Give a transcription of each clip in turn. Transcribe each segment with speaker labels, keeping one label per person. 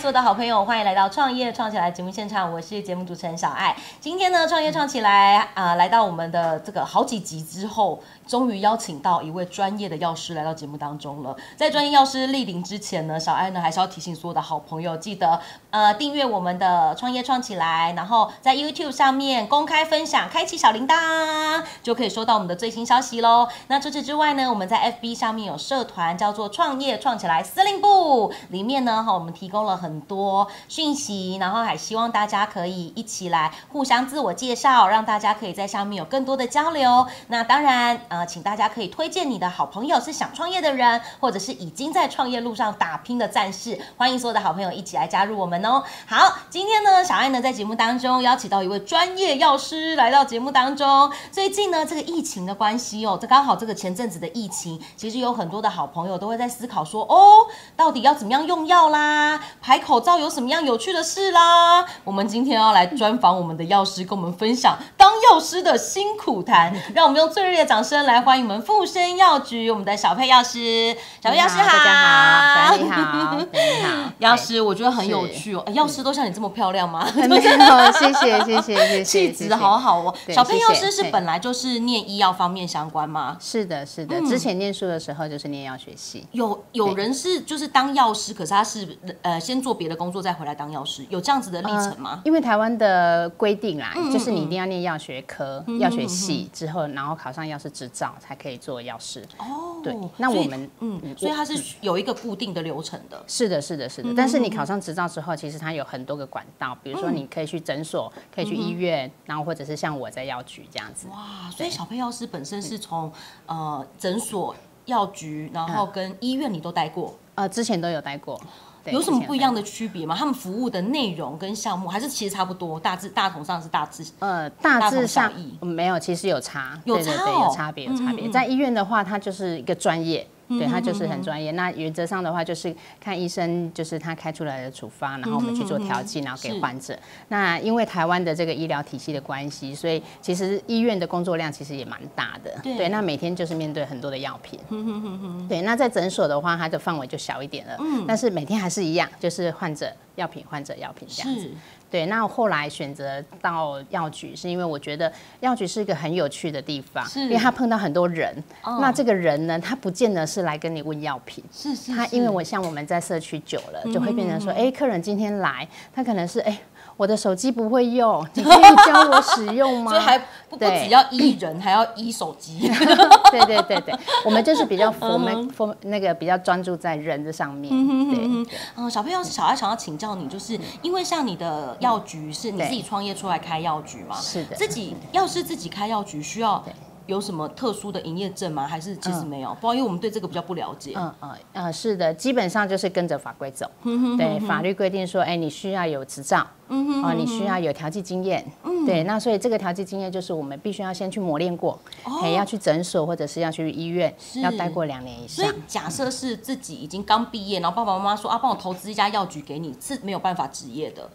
Speaker 1: 有的好朋友，欢迎来到创业创起来节目现场，我是节目主持人小爱。今天呢，创业创起来来到我们的这个好几集之后，终于邀请到一位专业的药师来到节目当中了。在专业药师莅临之前呢，小爱呢还是要提醒所有的好朋友，记得订阅我们的创业创起来，然后在 YouTube 上面公开分享，开启小铃铛，就可以收到我们的最新消息咯。那除此之外呢，我们在 FB 上面有社团叫做创业创起来司令部，里面呢我们提供了很多讯息，然后还希望大家可以一起来互相自我介绍，让大家可以在上面有更多的交流。那当然请大家可以推荐你的好朋友是想创业的人，或者是已经在创业路上打拼的战士，欢迎所有的好朋友一起来加入我们哦。好，今天呢小爱呢在节目当中邀请到一位专业药师来到节目当中。最近呢这个疫情的关系这刚好这个前阵子的疫情，其实有很多的好朋友都会在思考说，到底要怎么样用药啦，排口罩有什么样有趣的事啦。我们今天要来专访我们的药师，跟我们分享当药师的辛苦谈。让我们用最热烈的掌声来欢迎我们富生药局我们的小佩药师。小佩药师好，
Speaker 2: 大家好，你好，你好，
Speaker 1: 药师，我觉得很有趣哦。药师都像你这么漂亮吗？
Speaker 2: 没有，谢谢，
Speaker 1: 气质好好哦。小佩药师是本来就是念医药方面相关吗？
Speaker 2: 是的，之前念书的时候就是念药学系。
Speaker 1: 有人是就是当药师，可是他是先做别的工作再回来当药师，有这样子的历程吗？
Speaker 2: 因为台湾的规定啦，就是你一定要念药学科、药学系之后，然后考上药师执照才可以做药师。对，那我们
Speaker 1: 所以它是有一个固定的流程的。
Speaker 2: 是的。但是你考上执照之后，其实它有很多个管道，比如说你可以去诊所，可以去医院，然后或者是像我在药局这样子。
Speaker 1: 哇，所以小佩药师本身是从诊所、药局，然后跟医院你都待过？
Speaker 2: 之前都有待过。
Speaker 1: 有什么不一样的区别吗？他们服务的内容跟项目还是其实差不多，大同上是大致上
Speaker 2: 没有，其实有差，
Speaker 1: 有
Speaker 2: 差别。在医院的话，它就是一个专业。对，它就是很专业。那原则上的话，就是看医生，就是他开出来的处方，然后我们去做调剂，然后给患者。那因为台湾的这个医疗体系的关系，所以其实医院的工作量其实也蛮大的。对，那每天就是面对很多的药品。对，那在诊所的话，它的范围就小一点了。但是每天还是一样，就是患者药品这样子。对，那后来选择到药局，是因为我觉得药局是一个很有趣的地方，因为他碰到很多人。那这个人呢，他不见得是来跟你问药品，他因为我们在社区久了，就会变成说，客人今天来，他可能是我的手机不会用，你可以教我使用吗？
Speaker 1: 所以还不只要医人，还要医手机。
Speaker 2: 对，我们就是比较那个比较专注在人的上面。
Speaker 1: 小佩药师，小爱想要请教你，就是因为像你的药局是你自己创业出来开药局嘛？是的。药师自己开药局需要有什么特殊的营业证吗？还是其实没有？不知道，因为我们对这个比较不了解。
Speaker 2: 是的，基本上就是跟着法规走。对，法律规定说，你需要有执照，你需要有调剂经验。对，那所以这个调剂经验就是我们必须要先去磨练过，要去诊所或者是要去医院，要待过2年以上。
Speaker 1: 所以假设是自己已经刚毕业，然后爸爸妈妈说帮我投资一家药局给你，是没有办法执业的。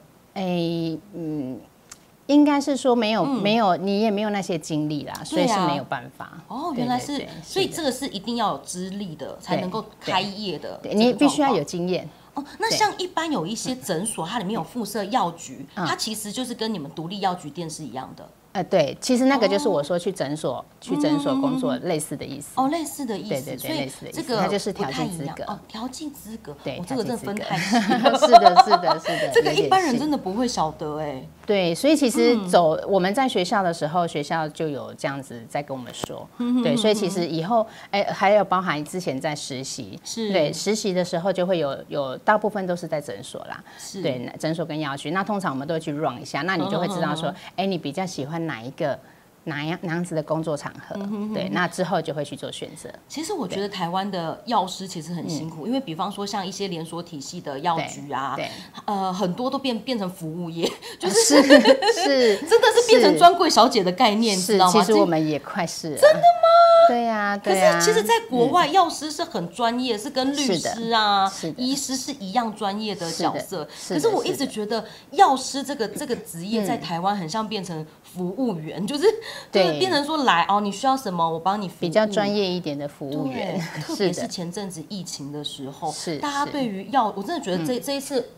Speaker 2: 应该是说没有，你也没有那些经历啦，所以是没有办法。
Speaker 1: 原来是，所以这个是一定要有资历的才能够开业的。
Speaker 2: 你必须要有经验。
Speaker 1: 那像一般有一些诊所，它里面有附设药局，它其实就是跟你们独立药局店是一样的。
Speaker 2: 对，其实那个就是我说去诊所工作类似的意思。
Speaker 1: 类似的意思。对，
Speaker 2: 类似的意思。
Speaker 1: 这个
Speaker 2: 它就是调剂资格。
Speaker 1: 调剂资格。
Speaker 2: 对，
Speaker 1: 这个真的分太细。
Speaker 2: 是的。
Speaker 1: 这个一般人真的不会晓得
Speaker 2: 对，所以其实我们在学校的时候，学校就有这样子在跟我们说。对，所以其实以后还有包含之前在实习。对，实习的时候就会有大部分都是在诊所啦。对，诊所跟药局，那通常我们都会去 run 一下，那你就会知道说，你比较喜欢哪样子的工作场合，对，那之后就会去做选择。
Speaker 1: 其实我觉得台湾的药师其实很辛苦，因为比方说像一些连锁体系的药局啊，很多都变成服务业，就是真的是变成专柜小姐的概念，知道吗？
Speaker 2: 其实我们也快是了。
Speaker 1: 真的吗？
Speaker 2: 对呀，
Speaker 1: 可是其实，在国外，药师是很专业，是跟律师啊、医师是一样专业的角色。可是我一直觉得，药师这个职业在台湾很像变成服务员，就是变成说来你需要什么，我帮你服务，
Speaker 2: 比较专业一点的服务员。
Speaker 1: 特别是前阵子疫情的时候，大家对于药，我真的觉得这一次。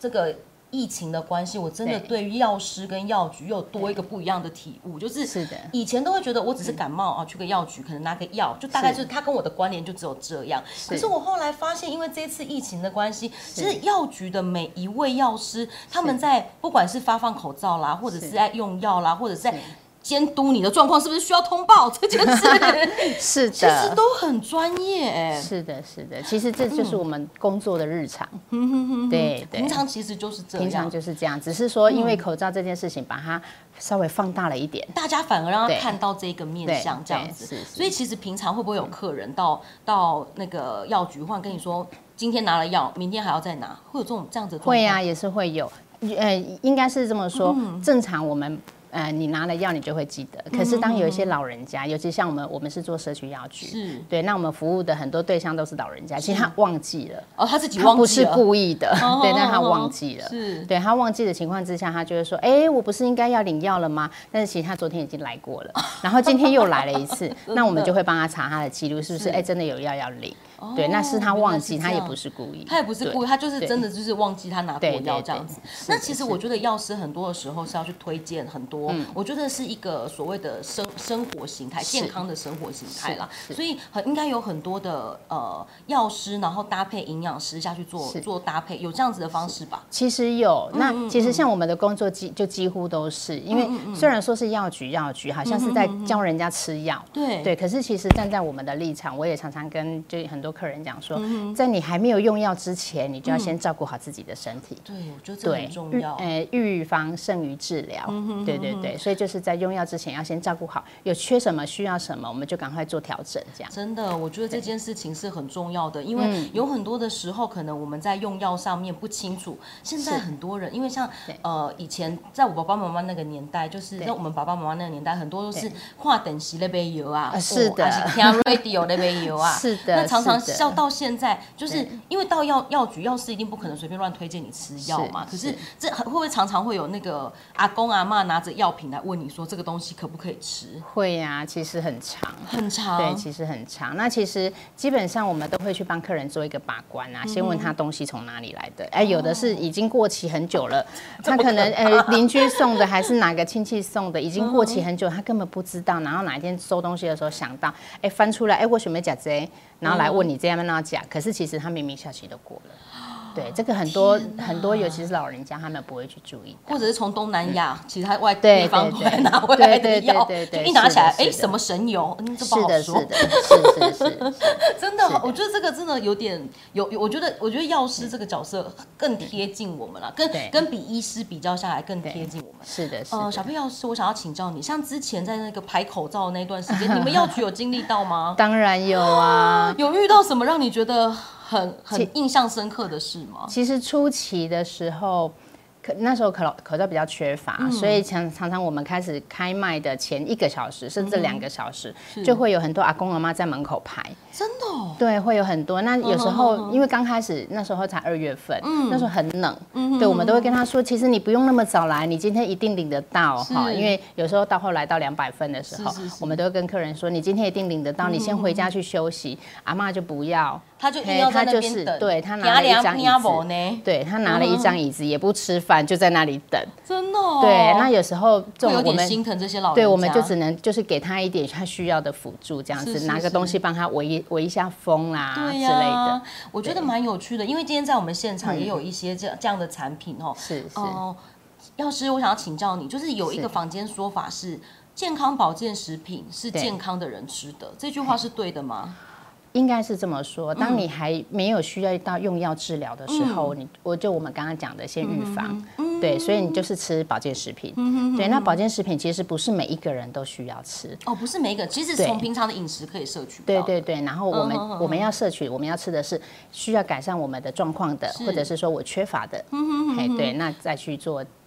Speaker 1: 这个疫情的关系，我真的对于药师跟药局又多一个不一样的体悟，就是以前都会觉得我只是感冒啊，去个药局可能拿个药，就大概就是它跟我的关联就只有这样。可是我后来发现，因为这次疫情的关系，其实药局的每一位药师，他们在不管是发放口罩啦，或者是在用药啦，或者是在监督你的状况是不是需要通报这件事，
Speaker 2: 是的，
Speaker 1: 其实都很专业哎。
Speaker 2: 是的，是的，其实这就是我们工作的日常。对，
Speaker 1: 平常其实就是这样，
Speaker 2: 平常就是这样，只是说因为口罩这件事情，把它稍微放大了一点，
Speaker 1: 大家反而让他看到这个面向这样子。所以其实平常会不会有客人到那个药局，或者跟你说今天拿了药，明天还要再拿，会有这样子的状况？
Speaker 2: 会啊，也是会有。应该是这么说，正常我们。你拿了药，你就会记得。可是当有一些老人家，尤其像我们是做社区药局，对，那我们服务的很多对象都是老人家，其实他忘记了，
Speaker 1: 他自己忘记了，
Speaker 2: 他不是故意的，对，但他忘记了，
Speaker 1: 是，
Speaker 2: 对他忘记的情况之下，他就会说，我不是应该要领药了吗？但是其实他昨天已经来过了，然后今天又来了一次，那我们就会帮他查他的记录，是不是真的有药要领？对，那是他忘记，他也不是故意，
Speaker 1: 他也不是故意，他就是真的就是忘记他拿过药这样子。那其实我觉得药师很多的时候是要去推荐很多，我觉得是一个所谓的生活形态，健康的生活形态啦。所以应该有很多的药师，然后搭配营养师下去做搭配，有这样子的方式吧？
Speaker 2: 其实有，那其实像我们的工作就几乎都是，因为虽然说是药局，好像是在教人家吃药，对，可是其实站在我们的立场，我也常常跟就很多客人讲说，在你还没有用药之前，你就要先照顾好自己的身体。
Speaker 1: 对，我觉得这很重要。
Speaker 2: 预防胜于治疗。对，所以就是在用药之前要先照顾好，有缺什么需要什么，我们就赶快做调整。这样真
Speaker 1: 的，我觉得这件事情是很重要的，因为有很多的时候，可能我们在用药上面不清楚。现在很多人，因为像以前在我爸爸妈妈那个年代，就是在我们爸爸妈妈那个年代，很多都是跨等级那杯油啊，
Speaker 2: 是的，
Speaker 1: 听 radio 那杯油啊，
Speaker 2: 是的。
Speaker 1: 那常常到现在，就是因为到药局，药师一定不可能随便乱推荐你吃药嘛。可是这会不会常常会有那个阿公阿嬷拿着药品来问你说这个东西可不可以吃？
Speaker 2: 会呀，其实很长，
Speaker 1: 很长。
Speaker 2: 对，其实很长。那其实基本上我们都会去帮客人做一个把关啊，先问他东西从哪里来的。有的是已经过期很久了，他可能邻居送的还是哪个亲戚送的，已经过期很久，他根本不知道。然后哪一天收东西的时候想到，翻出来，我准备讲这，然后来问你这样那讲，可是其实他明明效期都过了。对，这个很多，尤其是老人家，他们不会去注意，
Speaker 1: 或者是从东南亚其他地方拿回来的药，就一拿起来，什么神油，这不好说。是，真的，我觉得这个真的有点我觉得药师这个角色更贴近我们了，跟比医师比较下来更贴近我们。
Speaker 2: 是的，
Speaker 1: 小佩药师，我想要请教你，像之前在那个排口罩的那段时间，你们药局有经历到吗？
Speaker 2: 当然有啊，
Speaker 1: 有遇到什么让你觉得很印象深刻的事吗？
Speaker 2: 其实初期的时候，那时候口罩比较缺乏，所以常常我们开始开卖的前1个小时甚至2个小时，就会有很多阿公阿妈在门口排。
Speaker 1: 真的哦？
Speaker 2: 对，会有很多。那有时候因为刚开始那时候才2月份，那时候很冷，对，我们都会跟他说，其实你不用那么早来，你今天一定领得到哈。因为有时候到后来到200份的时候，我们都会跟客人说，你今天一定领得到，你先回家去休息。阿嬤就不要。
Speaker 1: 他就硬要在那边等，
Speaker 2: 对，他拿了一张椅子，对，他拿了一张椅子，也不吃饭，就在那里等。
Speaker 1: 真的哦。
Speaker 2: 对，那有时候
Speaker 1: 我们心疼这些老人家，
Speaker 2: 对，我们就只能就是给他一点他需要的辅助，这样子拿个东西帮他围一下风啦之类的。
Speaker 1: 我觉得蛮有趣的，因为今天在我们现场也有一些这样的产品哦。
Speaker 2: 是。
Speaker 1: 药师，我想要请教你，就是有一个坊间说法是，健康保健食品是健康的人吃的，这句话是对的吗？
Speaker 2: 应该是这么说，当你还没有需要到用药治疗的时候，我们刚刚讲的先预防，对，所以你就是吃保健食品，对，那保健食品其实不是每一个人都需要吃，
Speaker 1: 不是每一个，其实从平常的饮食可以摄取到，
Speaker 2: 对，然后我们要摄取，我们要吃的是需要改善我们的状况的，或者是说我缺乏的，对，那再去做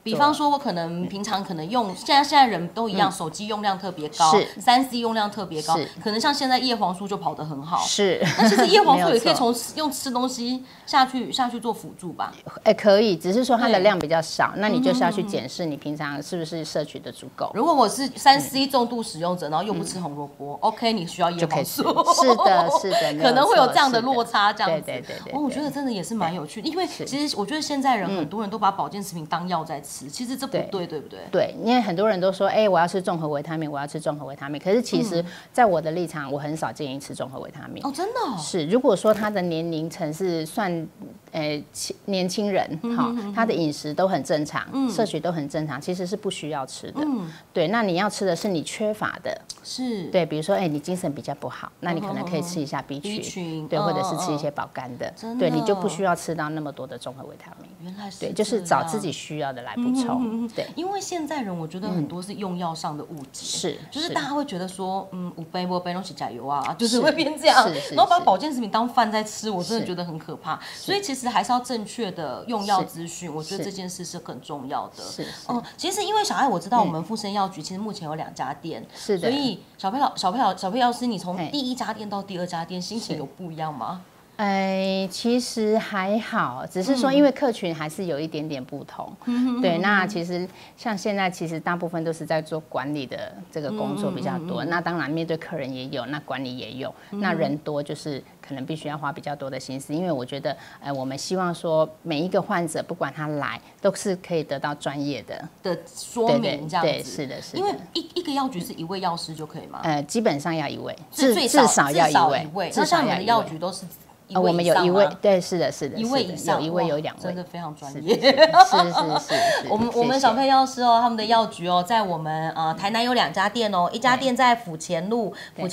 Speaker 1: 比方说，我可能平常可能用，现在人都一样，手机用量特别高，3C 用量特别高，可能像现在叶黄素就跑得很好。
Speaker 2: 是，
Speaker 1: 那其实叶黄素也可以从用吃东西下去做辅助吧？
Speaker 2: 可以，只是说它的量比较少，那你就是要去检视你平常是不是摄取的足够。
Speaker 1: 如果我是3C 重度使用者，然后又不吃红萝卜，OK， 你需要叶黄素。
Speaker 2: 是的，是的，
Speaker 1: 可能会有这样的落差，这样子。
Speaker 2: 对。
Speaker 1: 我觉得真的也是蛮有趣的，因为其实我觉得现在人很多人都把保健食品当药在吃，其实这不对，对不对？
Speaker 2: 对，因为很多人都说，我要吃综合维他命，我要吃综合维他命。可是其实，在我的立场，我很少建议吃综合维他命。
Speaker 1: 哦，真的哦？
Speaker 2: 是，如果说他的年龄层是算年轻人，他的饮食都很正常，摄取都很正常，其实是不需要吃的。对，那你要吃的是你缺乏的，
Speaker 1: 是
Speaker 2: 对，比如说，你精神比较不好，那你可能可以吃一下 B 群，对，或者是吃一些保肝的，对，你就不需要吃到那么多的综合维他命。
Speaker 1: 原来是
Speaker 2: 对，就是找自己需要的来补充。对，
Speaker 1: 因为现在人我觉得很多是用药上的误解，就是大家会觉得说，五杯东西加油啊，就是会变这样，然后把保健食品当饭在吃，我真的觉得很可怕。所以其实还是要正确的用药资讯，我觉得这件事是很重要的。
Speaker 2: 是，
Speaker 1: 其实因为小爱我知道我们富生药局其实目前有2家店，
Speaker 2: 是的，
Speaker 1: 所以小佩药师，你从第1家店到第2家店，心情有不一样吗？
Speaker 2: 其实还好，只是说因为客群还是有一点点不同。对，那其实像现在，其实大部分都是在做管理的这个工作比较多。那当然面对客人也有，那管理也有。那人多就是可能必须要花比较多的心思，因为我觉得，我们希望说每一个患者不管他来，都是可以得到专业的
Speaker 1: 说明这样子。
Speaker 2: 对，是的，是的。
Speaker 1: 因为一个药局是1位药师就可以吗？
Speaker 2: 基本上要1位，
Speaker 1: 至
Speaker 2: 少要1位。
Speaker 1: 那像你们的药局都是？
Speaker 2: 我们有1位，对，是的，1
Speaker 1: 位以上，
Speaker 2: 有1位有2位，
Speaker 1: 真的非常专业。
Speaker 2: 是。
Speaker 1: 我们小佩药师哦，他们的药局哦，在我们台南有2家店哦，一家店在府前路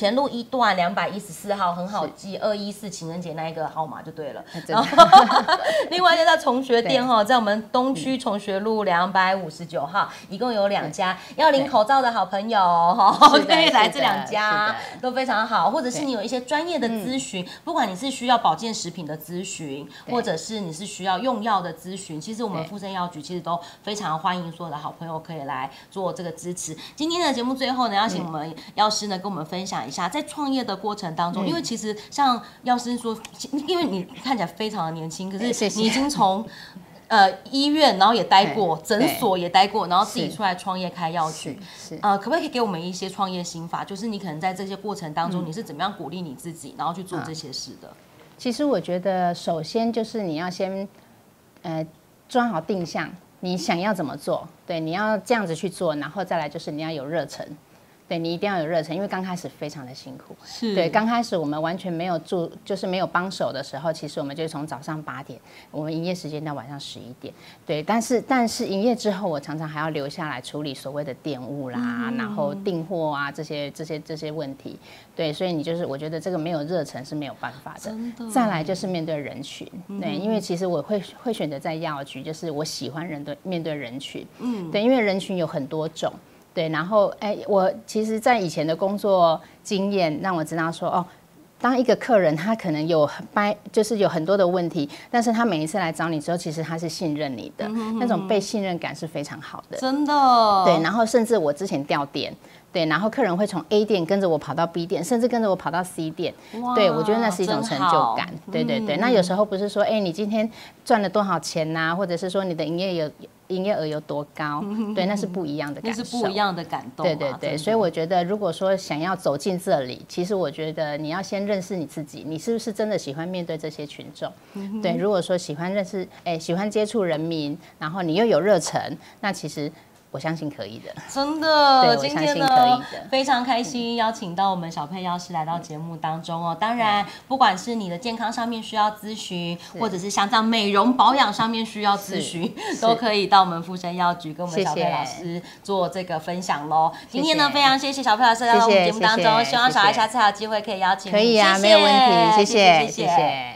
Speaker 1: 1段214号，很好记，214情人节那一个号码就对了。另外一家在崇学店哈，在我们东区崇学路259号，一共有2家。要领口罩的好朋友哈，可以来这2家，都非常好。或者是你有一些专业的咨询，不管你是需要保健食品的咨询，或者是你是需要用药的咨询，其实我们富生药局其实都非常欢迎所有的好朋友可以来做这个支持。今天的节目最后呢，要请我们药师呢跟我们分享一下，在创业的过程当中，因为其实像药师说，因为你看起来非常的年轻，可是你已经从医院，然后也待过，诊所也待过，然后自己出来创业开药局。可不可以给我们一些创业心法？就是你可能在这些过程当中，你是怎么样鼓励你自己，然后去做这些事的？
Speaker 2: 其实我觉得，首先就是你要先，抓好定向，你想要怎么做，对，你要这样子去做，然后再来就是你要有热忱。对，你一定要有热忱，因为刚开始非常的辛苦。对，刚开始我们完全没有就是没有帮手的时候，其实我们就从早上8点，我们营业时间到晚上11点。对，但是营业之后，我常常还要留下来处理所谓的店务啦，然后订货啊这些问题。对，所以你就是我觉得这个没有热忱是没有办法的。再来就是面对人群，对，因为其实我会选择在药局，就是我喜欢面对人群。对，因为人群有很多种。对，然后我其实，在以前的工作经验让我知道说，当一个客人他可能就是有很多的问题，但是他每一次来找你之后，其实他是信任你的，那种被信任感是非常好的，
Speaker 1: 真的。
Speaker 2: 对，然后甚至我之前调店。对，然后客人会从 A 店跟着我跑到 B 店，甚至跟着我跑到 C 店。对，我觉得那是一种成就感。对。那有时候不是说，你今天赚了多少钱呐，或者是说你的营业额有多高？对，那是不一样的感受，
Speaker 1: 那是不一样的感动。
Speaker 2: 对，所以我觉得，如果说想要走进这里，其实我觉得你要先认识你自己，你是不是真的喜欢面对这些群众？对，如果说喜欢喜欢接触人民，然后你又有热忱，那其实。我相信可以的，
Speaker 1: 真的。
Speaker 2: 今
Speaker 1: 天呢，非常开心邀请到我们小佩药师来到节目当中哦。当然，不管是你的健康上面需要咨询，或者是像这样美容保养上面需要咨询，都可以到我们富生药局跟我们小佩老师做这个分享喽。今天呢，非常谢谢小佩老师来到我们节目当中，希望小爱下次还有机会可以邀请你。
Speaker 2: 可以啊，没有问题，谢谢。